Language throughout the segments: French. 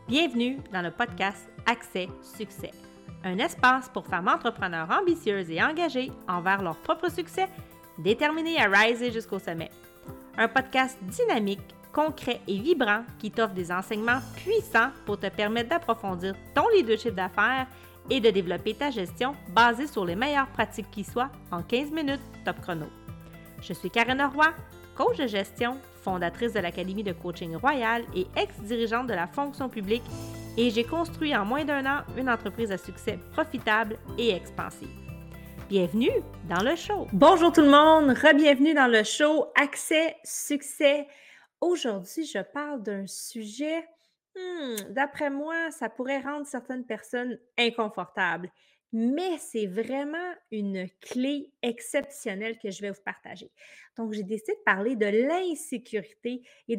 Bienvenue dans le podcast Accès Succès, un espace pour femmes entrepreneurs ambitieuses et engagées envers leur propre succès, déterminées à riser jusqu'au sommet. Un podcast dynamique, concret et vibrant qui t'offre des enseignements puissants pour te permettre d'approfondir ton leadership d'affaires et de développer ta gestion basée sur les meilleures pratiques qui soient en 15 minutes top chrono. Je suis Karen Roy, coach de gestion, fondatrice de l'Académie de coaching Royal et ex-dirigeante de la fonction publique, et j'ai construit en moins d'1 an une entreprise à succès profitable et expansive. Bienvenue dans le show! Bonjour tout le monde, re-bienvenue dans le show Accès Succès. Aujourd'hui, je parle d'un sujet, d'après moi, ça pourrait rendre certaines personnes inconfortables. Mais c'est vraiment une clé exceptionnelle que je vais vous partager. Donc, j'ai décidé de parler de l'insécurité et de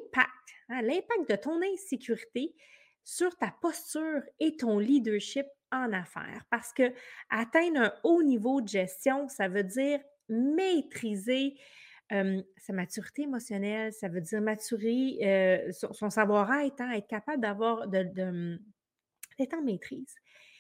l'impact de ton insécurité sur ta posture et ton leadership en affaires. Parce que atteindre un haut niveau de gestion, ça veut dire maîtriser sa maturité émotionnelle, ça veut dire maturer son savoir-être, être capable d'être en maîtrise.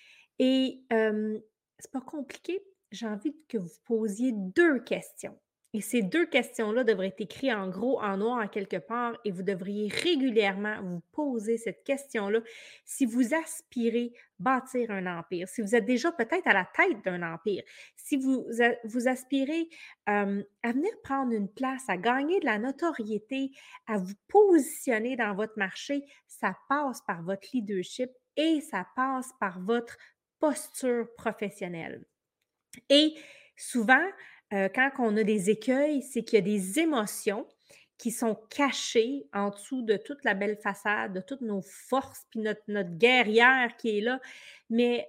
Et c'est pas compliqué. J'ai envie que vous posiez 2 questions. Et ces 2 questions-là devraient être écrites en gros, en noir, en quelque part, et vous devriez régulièrement vous poser cette question-là si vous aspirez bâtir un empire, si vous êtes déjà peut-être à la tête d'un empire, si vous aspirez à venir prendre une place, à gagner de la notoriété, à vous positionner dans votre marché, ça passe par votre leadership et ça passe par votre posture professionnelle. Et souvent, quand on a des écueils, c'est qu'il y a des émotions qui sont cachées en dessous de toute la belle façade, de toutes nos forces, puis notre guerrière qui est là. Mais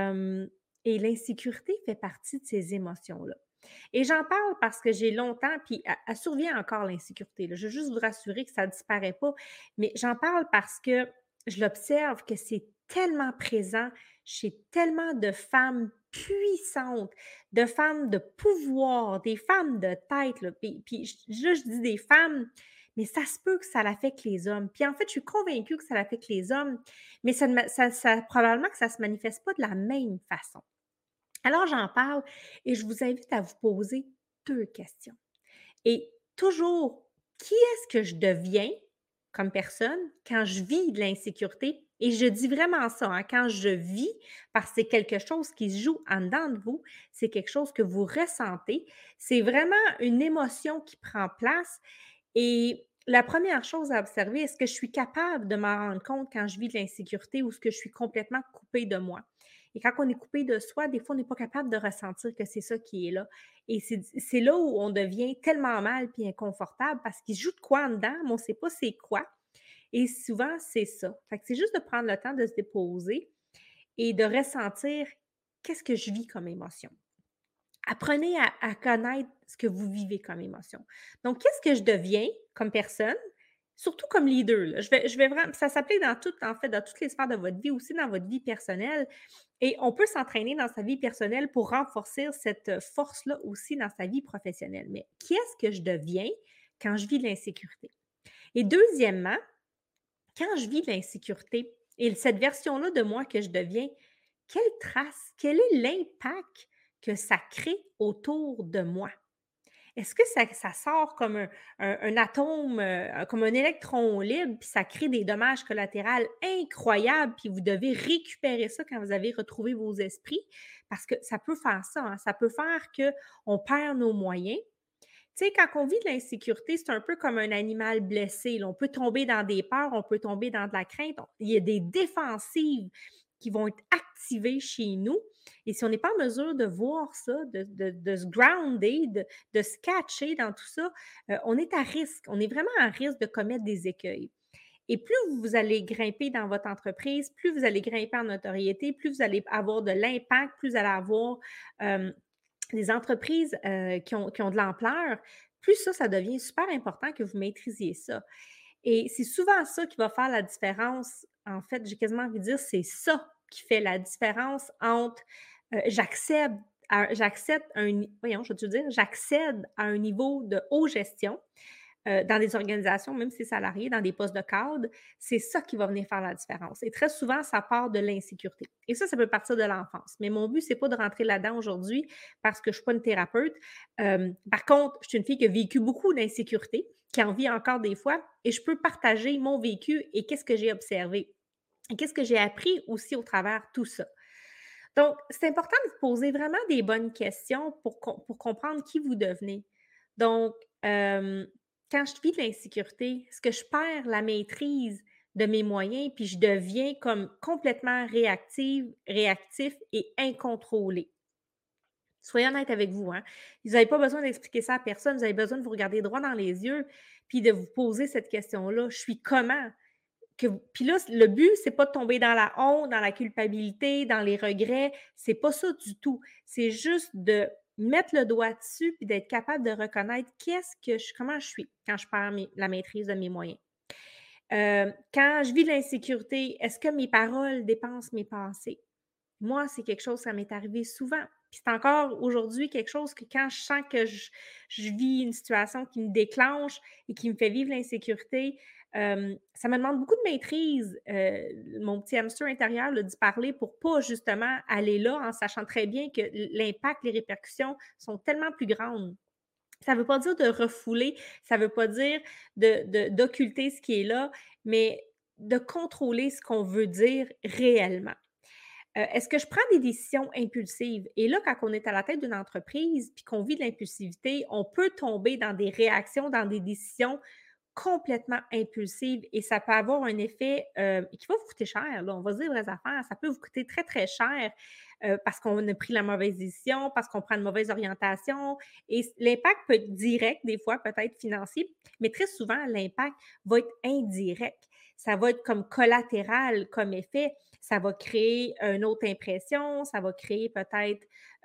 et l'insécurité fait partie de ces émotions-là. Et j'en parle parce que j'ai longtemps, puis elle survient encore l'insécurité, là. Je veux juste vous rassurer que ça ne disparaît pas, mais j'en parle parce que je l'observe que c'est tellement présent chez tellement de femmes puissantes, de femmes de pouvoir, des femmes de tête, là. Puis là, je dis des femmes, mais ça se peut que ça l'affecte les hommes. Puis en fait, je suis convaincue que ça l'affecte les hommes, mais probablement que ça ne se manifeste pas de la même façon. Alors, j'en parle et je vous invite à vous poser 2 questions. Et toujours, qui est-ce que je deviens comme personne quand je vis de l'insécurité? Et je dis vraiment ça, hein, quand je vis, parce que c'est quelque chose qui se joue en dedans de vous, c'est quelque chose que vous ressentez, c'est vraiment une émotion qui prend place. Et la première chose à observer, est-ce que je suis capable de m'en rendre compte quand je vis de l'insécurité ou est-ce que je suis complètement coupée de moi? Et quand on est coupé de soi, des fois, on n'est pas capable de ressentir que c'est ça qui est là. Et c'est là où on devient tellement mal puis inconfortable parce qu'il se joue de quoi en dedans, mais on ne sait pas c'est quoi. Et souvent, c'est ça. Fait que c'est juste de prendre le temps de se déposer et de ressentir qu'est-ce que je vis comme émotion. Apprenez à connaître ce que vous vivez comme émotion. Donc, qu'est-ce que je deviens comme personne? Surtout comme leader, là. Je vais vraiment, ça s'applique dans tout, en fait, dans toutes les sphères de votre vie, aussi dans votre vie personnelle. Et on peut s'entraîner dans sa vie personnelle pour renforcer cette force-là aussi dans sa vie professionnelle. Mais qui est-ce que je deviens quand je vis de l'insécurité? Et deuxièmement, quand je vis de l'insécurité et cette version-là de moi que je deviens, quelle trace, quel est l'impact que ça crée autour de moi? Est-ce que ça sort comme un atome, comme un électron libre, puis ça crée des dommages collatéraux incroyables, puis vous devez récupérer ça quand vous avez retrouvé vos esprits? Parce que ça peut faire ça, hein, ça peut faire qu'on perd nos moyens. Tu sais, quand on vit de l'insécurité, c'est un peu comme un animal blessé, là. On peut tomber dans des peurs, on peut tomber dans de la crainte. Il y a des défensives qui vont être activées chez nous. Et si on n'est pas en mesure de voir ça, de se grounder, de se catcher dans tout ça, on est à risque. On est vraiment à risque de commettre des écueils. Et plus vous allez grimper dans votre entreprise, plus vous allez grimper en notoriété, plus vous allez avoir de l'impact, plus vous allez avoir des entreprises qui ont de l'ampleur, plus ça devient super important que vous maîtrisiez ça. Et c'est souvent ça qui va faire la différence. En fait, j'ai quasiment envie de dire, c'est ça qui fait la différence entre j'accède à un niveau de haute gestion dans des organisations, même si c'est salarié, dans des postes de cadre, c'est ça qui va venir faire la différence et très souvent, ça part de l'insécurité et ça peut partir de l'enfance. Mais mon but, c'est pas de rentrer là-dedans aujourd'hui parce que je suis pas une thérapeute. Par contre, je suis une fille qui a vécu beaucoup d'insécurité, qui en vit encore des fois et je peux partager mon vécu et qu'est-ce que j'ai observé et qu'est-ce que j'ai appris aussi au travers tout ça. Donc, c'est important de vous poser vraiment des bonnes questions pour comprendre qui vous devenez. Donc, quand je vis de l'insécurité, est-ce que je perds la maîtrise de mes moyens, puis je deviens comme complètement réactif et incontrôlé? Soyez honnête avec vous, hein. Vous n'avez pas besoin d'expliquer ça à personne, vous avez besoin de vous regarder droit dans les yeux, puis de vous poser cette question-là: «Je suis comment?» Puis là, le but, c'est pas de tomber dans la honte, dans la culpabilité, dans les regrets, c'est pas ça du tout. C'est juste de mettre le doigt dessus puis d'être capable de reconnaître comment je suis quand je perds la maîtrise de mes moyens. Quand je vis de l'insécurité, est-ce que mes paroles dépassent mes pensées? Moi, c'est quelque chose, ça m'est arrivé souvent. Puis c'est encore aujourd'hui quelque chose que quand je sens que je vis une situation qui me déclenche et qui me fait vivre l'insécurité, ça me demande beaucoup de maîtrise, mon petit hamster intérieur, là, d'y parler pour pas justement aller là en sachant très bien que l'impact, les répercussions sont tellement plus grandes. Ça ne veut pas dire de refouler, ça ne veut pas dire d'occulter ce qui est là, mais de contrôler ce qu'on veut dire réellement. Est-ce que je prends des décisions impulsives? Et là, quand on est à la tête d'une entreprise puis qu'on vit de l'impulsivité, on peut tomber dans des réactions, dans des décisions complètement impulsives et ça peut avoir un effet, qui va vous coûter cher, là. On va se dire les vraies affaires. Ça peut vous coûter très, très cher, parce qu'on a pris la mauvaise décision, parce qu'on prend une mauvaise orientation et l'impact peut être direct, des fois, peut-être financier, mais très souvent, l'impact va être indirect. Ça va être comme collatéral comme effet. Ça va créer une autre impression, ça va créer peut-être,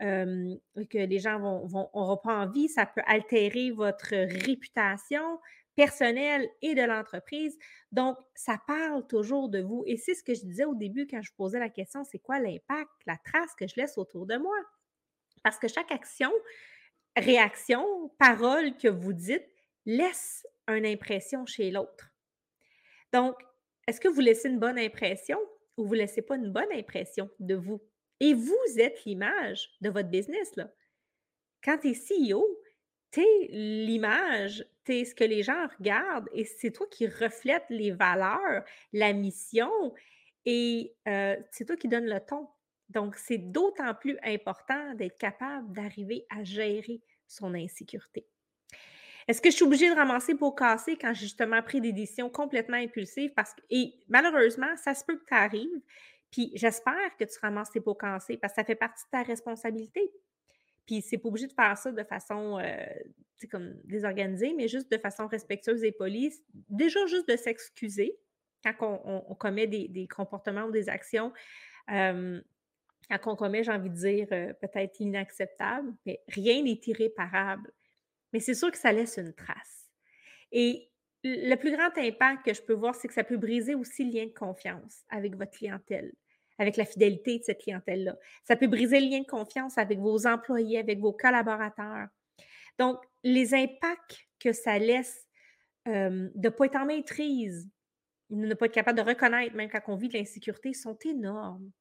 que les gens auront pas envie, ça peut altérer votre réputation personnelle et de l'entreprise. Donc, ça parle toujours de vous et c'est ce que je disais au début quand je posais la question: «C'est quoi l'impact, la trace que je laisse autour de moi?» Parce que chaque action, réaction, parole que vous dites laisse une impression chez l'autre. Donc, est-ce que vous laissez une bonne impression ou vous laissez pas une bonne impression de vous? Et vous êtes l'image de votre business, là. Quand tu es CEO, tu es l'image, tu es ce que les gens regardent et c'est toi qui reflètes les valeurs, la mission et c'est toi qui donnes le ton. Donc, c'est d'autant plus important d'être capable d'arriver à gérer son insécurité. Est-ce que je suis obligée de ramasser pour casser quand j'ai justement pris des décisions complètement impulsives parce que et malheureusement, ça se peut que ça arrive, puis j'espère que tu ramasses tes pots cassés parce que ça fait partie de ta responsabilité. Puis c'est pas obligé de faire ça de façon, tu sais, comme désorganisée, mais juste de façon respectueuse et polie. Déjà, juste de s'excuser quand on commet des comportements ou des actions, hem, quand on commet, j'ai envie de dire, peut-être inacceptables, mais rien n'est irréparable. Mais c'est sûr que ça laisse une trace et le plus grand impact que je peux voir, c'est que ça peut briser aussi le lien de confiance avec votre clientèle, avec la fidélité de cette clientèle-là. Ça peut briser le lien de confiance avec vos employés, avec vos collaborateurs. Donc, les impacts que ça laisse, de ne pas être en maîtrise, de ne pas être capable de reconnaître, même quand on vit de l'insécurité, sont énormes.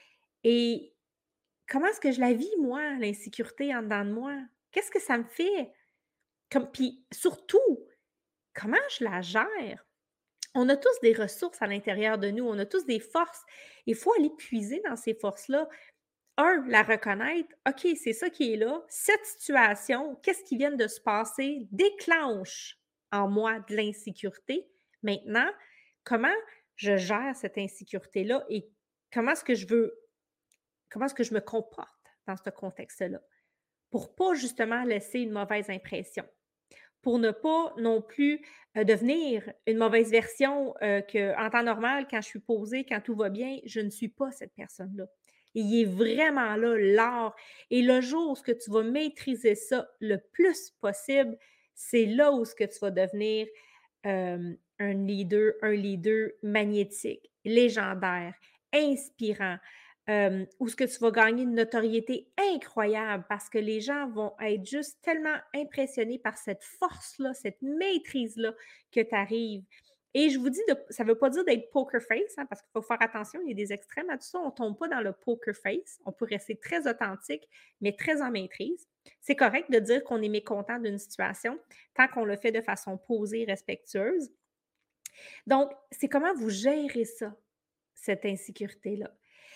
Et comment est-ce que je la vis, moi, l'insécurité en dedans de moi? Qu'est-ce que ça me fait? Puis surtout, comment je la gère? On a tous des ressources à l'intérieur de nous, on a tous des forces. Il faut aller puiser dans ces forces-là. Un, la reconnaître. OK, c'est ça qui est là. Cette situation, qu'est-ce qui vient de se passer déclenche en moi de l'insécurité. Maintenant, comment je gère cette insécurité-là et comment est-ce que je veux comment est-ce que je me comporte dans ce contexte-là pour pas justement laisser une mauvaise impression? Pour ne pas non plus, devenir une mauvaise version, qu'en temps normal, quand je suis posée, quand tout va bien, je ne suis pas cette personne-là. Et il est vraiment là l'art et le jour où ce que tu vas maîtriser ça le plus possible, c'est là où ce que tu vas devenir, un leader magnétique, légendaire, inspirant, où ce que tu vas gagner une notoriété incroyable parce que les gens vont être juste tellement impressionnés par cette force-là, cette maîtrise-là que tu arrives. Et je vous dis, ça ne veut pas dire d'être poker face, hein, parce qu'il faut faire attention, il y a des extrêmes à tout ça. On ne tombe pas dans le poker face. On peut rester très authentique, mais très en maîtrise. C'est correct de dire qu'on est mécontent d'une situation tant qu'on le fait de façon posée et respectueuse. Donc, c'est comment vous gérez ça, cette insécurité-là.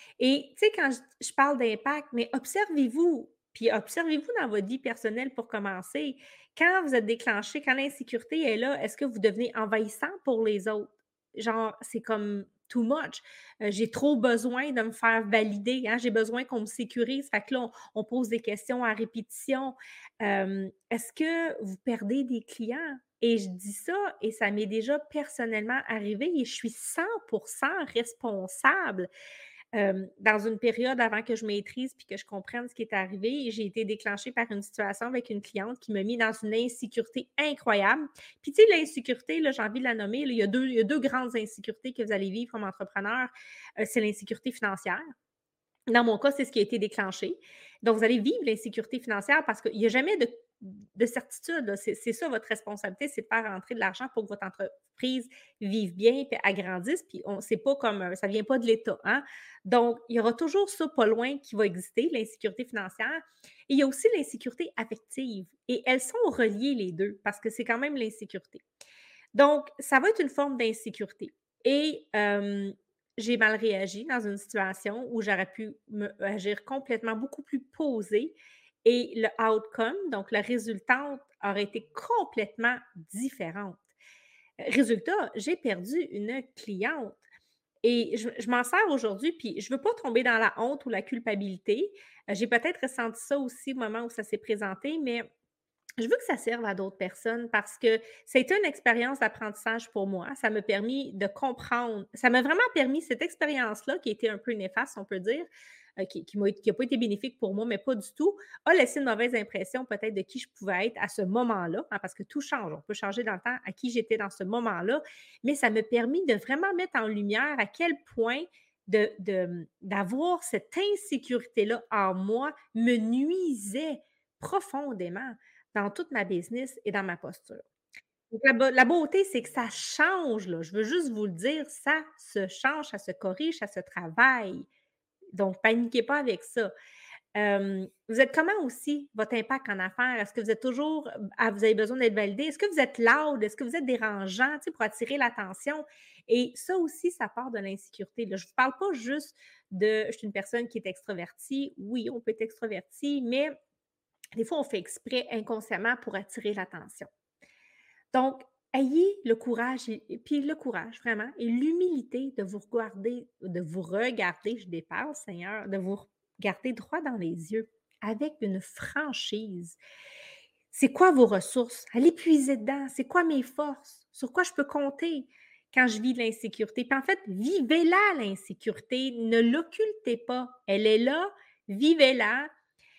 Et tu sais, quand je parle d'impact, mais observez-vous, puis observez-vous dans votre vie personnelle pour commencer. Quand vous êtes déclenché, quand l'insécurité est là, est-ce que vous devenez envahissant pour les autres? Genre, c'est comme too much. J'ai trop besoin de me faire valider, hein, j'ai besoin qu'on me sécurise. Fait que là, on pose des questions à répétition. Est-ce que vous perdez des clients? Et je dis ça et ça m'est déjà personnellement arrivé et je suis 100% responsable. Dans une période avant que je maîtrise puis que je comprenne ce qui est arrivé, j'ai été déclenchée par une situation avec une cliente qui m'a mis dans une insécurité incroyable. Puis tu sais, l'insécurité, là, j'ai envie de la nommer, là, il y a deux grandes insécurités que vous allez vivre comme entrepreneur. C'est l'insécurité financière. Dans mon cas, c'est ce qui a été déclenché. Donc, vous allez vivre l'insécurité financière parce qu'il n'y a jamais de certitude, là. C'est ça votre responsabilité, c'est de faire rentrer de l'argent pour que votre entreprise vive bien et agrandisse. Puis, c'est pas comme ça ne vient pas de l'État, hein. Donc, il y aura toujours ça pas loin qui va exister, l'insécurité financière. Et il y a aussi l'insécurité affective. Et elles sont reliées, les deux, parce que c'est quand même l'insécurité. Donc, ça va être une forme d'insécurité. Et j'ai mal réagi dans une situation où j'aurais pu agir complètement beaucoup plus posée et le outcome, donc la résultante, aurait été complètement différente. Résultat, j'ai perdu une cliente et je m'en sers aujourd'hui, puis je ne veux pas tomber dans la honte ou la culpabilité. J'ai peut-être ressenti ça aussi au moment où ça s'est présenté, mais je veux que ça serve à d'autres personnes parce que ça a été une expérience d'apprentissage pour moi. Ça m'a permis de comprendre. Ça m'a vraiment permis cette expérience-là, qui a été un peu néfaste, on peut dire, qui a pas été bénéfique pour moi, mais pas du tout, a laissé une mauvaise impression peut-être de qui je pouvais être à ce moment-là, hein, parce que tout change. On peut changer dans le temps à qui j'étais dans ce moment-là, mais ça m'a permis de vraiment mettre en lumière à quel point d'avoir cette insécurité-là en moi me nuisait profondément dans toute ma business et dans ma posture. Donc la beauté, c'est que ça change, là. Je veux juste vous le dire, ça se change, ça se corrige, ça se travaille. Donc paniquez pas avec ça. Vous êtes comment aussi, votre impact en affaires? Est-ce que vous êtes toujours vous avez besoin d'être validé? Est-ce que vous êtes loud? Est-ce que vous êtes dérangeant, tu sais, pour attirer l'attention? Et ça aussi, ça part de l'insécurité, là. Je ne vous parle pas juste de je suis une personne qui est extravertie. Oui, on peut être extraverti, mais des fois, on fait exprès inconsciemment pour attirer l'attention. Donc, ayez le courage et puis le courage vraiment et l'humilité de vous regarder, je dépasse Seigneur, de vous regarder droit dans les yeux avec une franchise. C'est quoi vos ressources? Allez puiser dedans. C'est quoi mes forces? Sur quoi je peux compter quand je vis de l'insécurité? Puis en fait, vivez-la, l'insécurité. Ne l'occultez pas. Elle est là, vivez-la.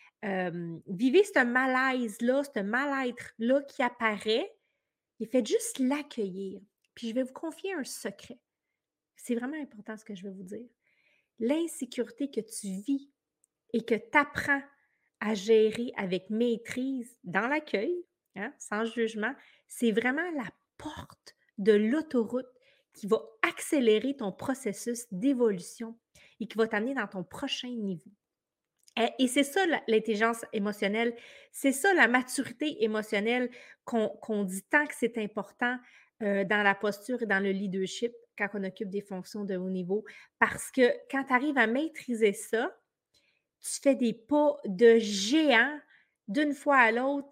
Vivez ce malaise-là, ce mal-être-là qui apparaît et faites juste l'accueillir. Puis je vais vous confier un secret. C'est vraiment important ce que je vais vous dire. L'insécurité que tu vis et que tu apprends à gérer avec maîtrise dans l'accueil, hein, sans jugement, c'est vraiment la porte de l'autoroute qui va accélérer ton processus d'évolution et qui va t'amener dans ton prochain niveau. Et c'est ça l'intelligence émotionnelle, c'est ça la maturité émotionnelle qu'on dit tant que c'est important, dans la posture et dans le leadership quand on occupe des fonctions de haut niveau. Parce que quand tu arrives à maîtriser ça, tu fais des pas de géant d'une fois à l'autre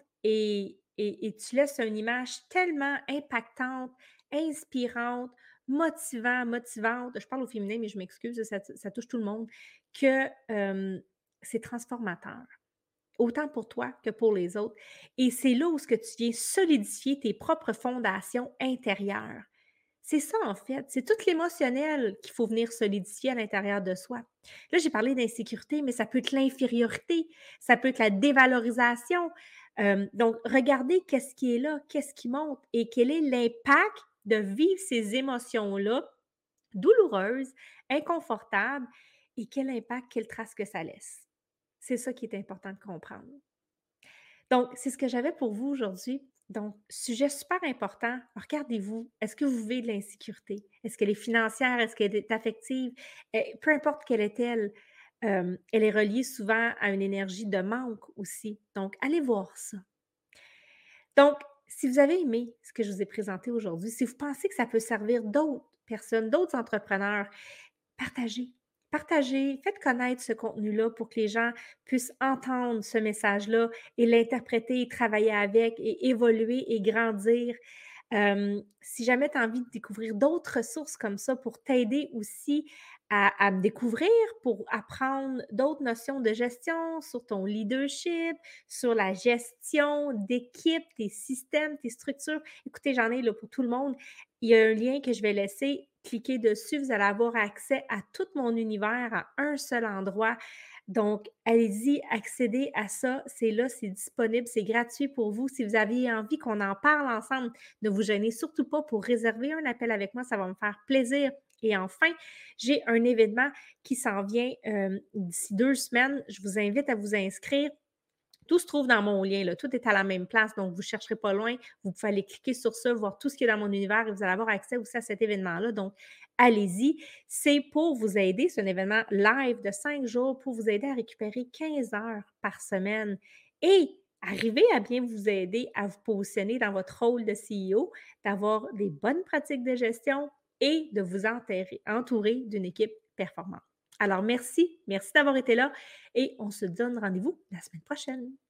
et tu laisses une image tellement impactante, inspirante, motivante. Je parle au féminin, mais je m'excuse, ça touche tout le monde, que, c'est transformateur, autant pour toi que pour les autres et c'est là où ce que tu viens solidifier tes propres fondations intérieures. C'est ça, en fait, c'est tout l'émotionnel qu'il faut venir solidifier à l'intérieur de soi. Là, j'ai parlé d'insécurité, mais ça peut être l'infériorité, ça peut être la dévalorisation. Donc, regardez qu'est-ce qui est là, qu'est-ce qui monte et quel est l'impact de vivre ces émotions-là douloureuses, inconfortables et quel impact, quelle trace que ça laisse. C'est ça qui est important de comprendre. Donc, c'est ce que j'avais pour vous aujourd'hui. Donc, sujet super important. Regardez-vous. Est-ce que vous vivez de l'insécurité? Est-ce qu'elle est financière? Est-ce qu'elle est affective? Peu importe quelle est-elle, elle est reliée souvent à une énergie de manque aussi. Donc, allez voir ça. Donc, si vous avez aimé ce que je vous ai présenté aujourd'hui, si vous pensez que ça peut servir d'autres personnes, d'autres entrepreneurs, partagez. Partagez, faites connaître ce contenu-là pour que les gens puissent entendre ce message-là et l'interpréter, travailler avec et évoluer et grandir. Si jamais tu as envie de découvrir d'autres ressources comme ça pour t'aider aussi à me découvrir, pour apprendre d'autres notions de gestion sur ton leadership, sur la gestion d'équipe, tes systèmes, tes structures. Écoutez, j'en ai là pour tout le monde. Il y a un lien que je vais laisser. Cliquez dessus, vous allez avoir accès à tout mon univers à un seul endroit. Donc, allez-y, accédez à ça. C'est là, c'est disponible, c'est gratuit pour vous. Si vous aviez envie qu'on en parle ensemble, ne vous gênez surtout pas pour réserver un appel avec moi, ça va me faire plaisir. Et enfin, j'ai un événement qui s'en vient d'ici 2 semaines. Je vous invite à vous inscrire. Tout se trouve dans mon lien, là. Tout est à la même place, donc vous ne chercherez pas loin. Vous pouvez aller cliquer sur ça, voir tout ce qui est dans mon univers et vous allez avoir accès aussi à cet événement-là. Donc, allez-y. C'est pour vous aider. C'est un événement live de 5 jours pour vous aider à récupérer 15 heures par semaine et arriver à bien vous aider à vous positionner dans votre rôle de CEO, d'avoir des bonnes pratiques de gestion et de vous entourer d'une équipe performante. Alors, merci d'avoir été là et on se donne rendez-vous la semaine prochaine.